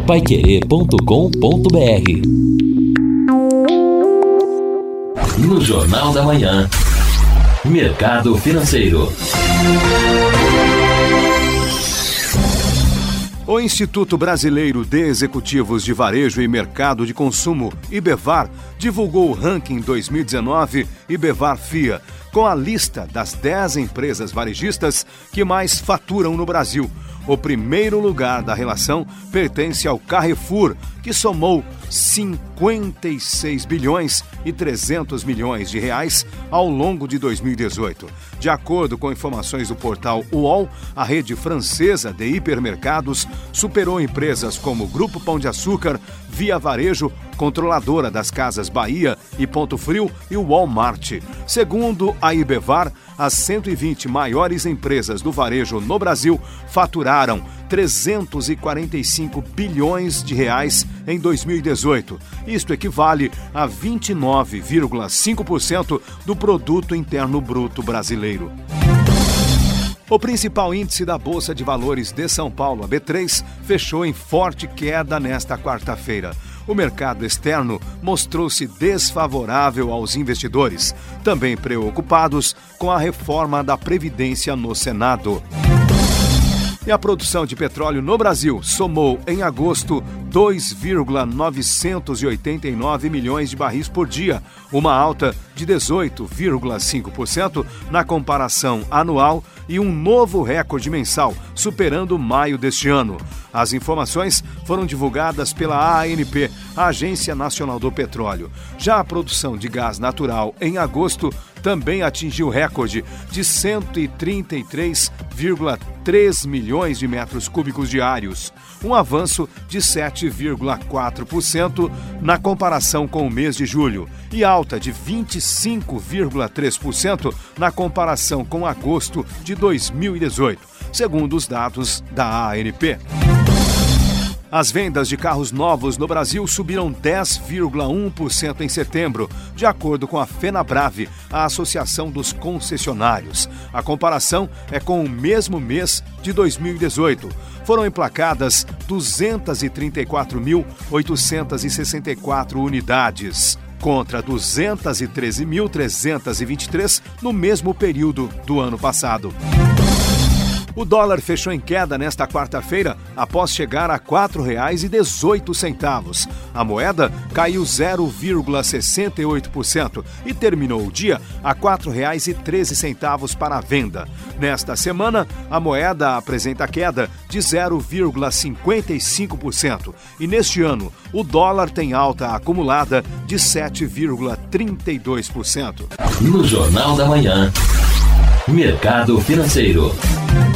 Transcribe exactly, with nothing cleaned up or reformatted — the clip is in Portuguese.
paiquerê ponto com ponto br. No Jornal da Manhã, Mercado Financeiro. O Instituto Brasileiro de Executivos de Varejo e Mercado de Consumo, IBEVAR, divulgou o ranking dois mil e dezenove IBEVAR F I A, com a lista das dez empresas varejistas que mais faturam no Brasil. O primeiro lugar da relação pertence ao Carrefour, que somou cinquenta e seis bilhões e trezentos milhões de reais ao longo de dois mil e dezoito. De acordo com informações do portal U O L, a rede francesa de hipermercados superou empresas como Grupo Pão de Açúcar, Via Varejo, controladora das Casas Bahia e Ponto Frio, e o Walmart. Segundo a IBEVAR, as cento e vinte maiores empresas do varejo no Brasil faturaram trezentos e quarenta e cinco bilhões de reais em dois mil e dezoito. Isto equivale a vinte e nove vírgula cinco por cento do Produto Interno Bruto brasileiro. O principal índice da Bolsa de Valores de São Paulo, a B três, fechou em forte queda nesta quarta-feira. O mercado externo mostrou-se desfavorável aos investidores, também preocupados com a reforma da Previdência no Senado. E a produção de petróleo no Brasil somou, em agosto, dois vírgula novecentos e oitenta e nove milhões de barris por dia, uma alta de dezoito vírgula cinco por cento na comparação anual e um novo recorde mensal, superando maio deste ano. As informações foram divulgadas pela A N P, a Agência Nacional do Petróleo. Já a produção de gás natural em agosto também atingiu recorde de cento e trinta e três vírgula três milhões de metros cúbicos diários, um avanço de sete vírgula quatro por cento na comparação com o mês de julho e alta de vinte e cinco vírgula três por cento na comparação com agosto de dois mil e dezoito, segundo os dados da A N P. As vendas de carros novos no Brasil subiram dez vírgula um por cento em setembro, de acordo com a FenaBrave, a Associação dos Concessionários. A comparação é com o mesmo mês de dois mil e dezoito. Foram emplacadas duzentas e trinta e quatro mil, oitocentas e sessenta e quatro unidades, contra duzentas e treze mil, trezentas e vinte e três no mesmo período do ano passado. O dólar fechou em queda nesta quarta-feira após chegar a quatro reais e dezoito centavos. A moeda caiu zero vírgula sessenta e oito por cento e terminou o dia a quatro reais e treze centavos para a venda. Nesta semana, a moeda apresenta queda de zero vírgula cinquenta e cinco por cento e neste ano o dólar tem alta acumulada de sete vírgula trinta e dois por cento. No Jornal da Manhã, Mercado Financeiro.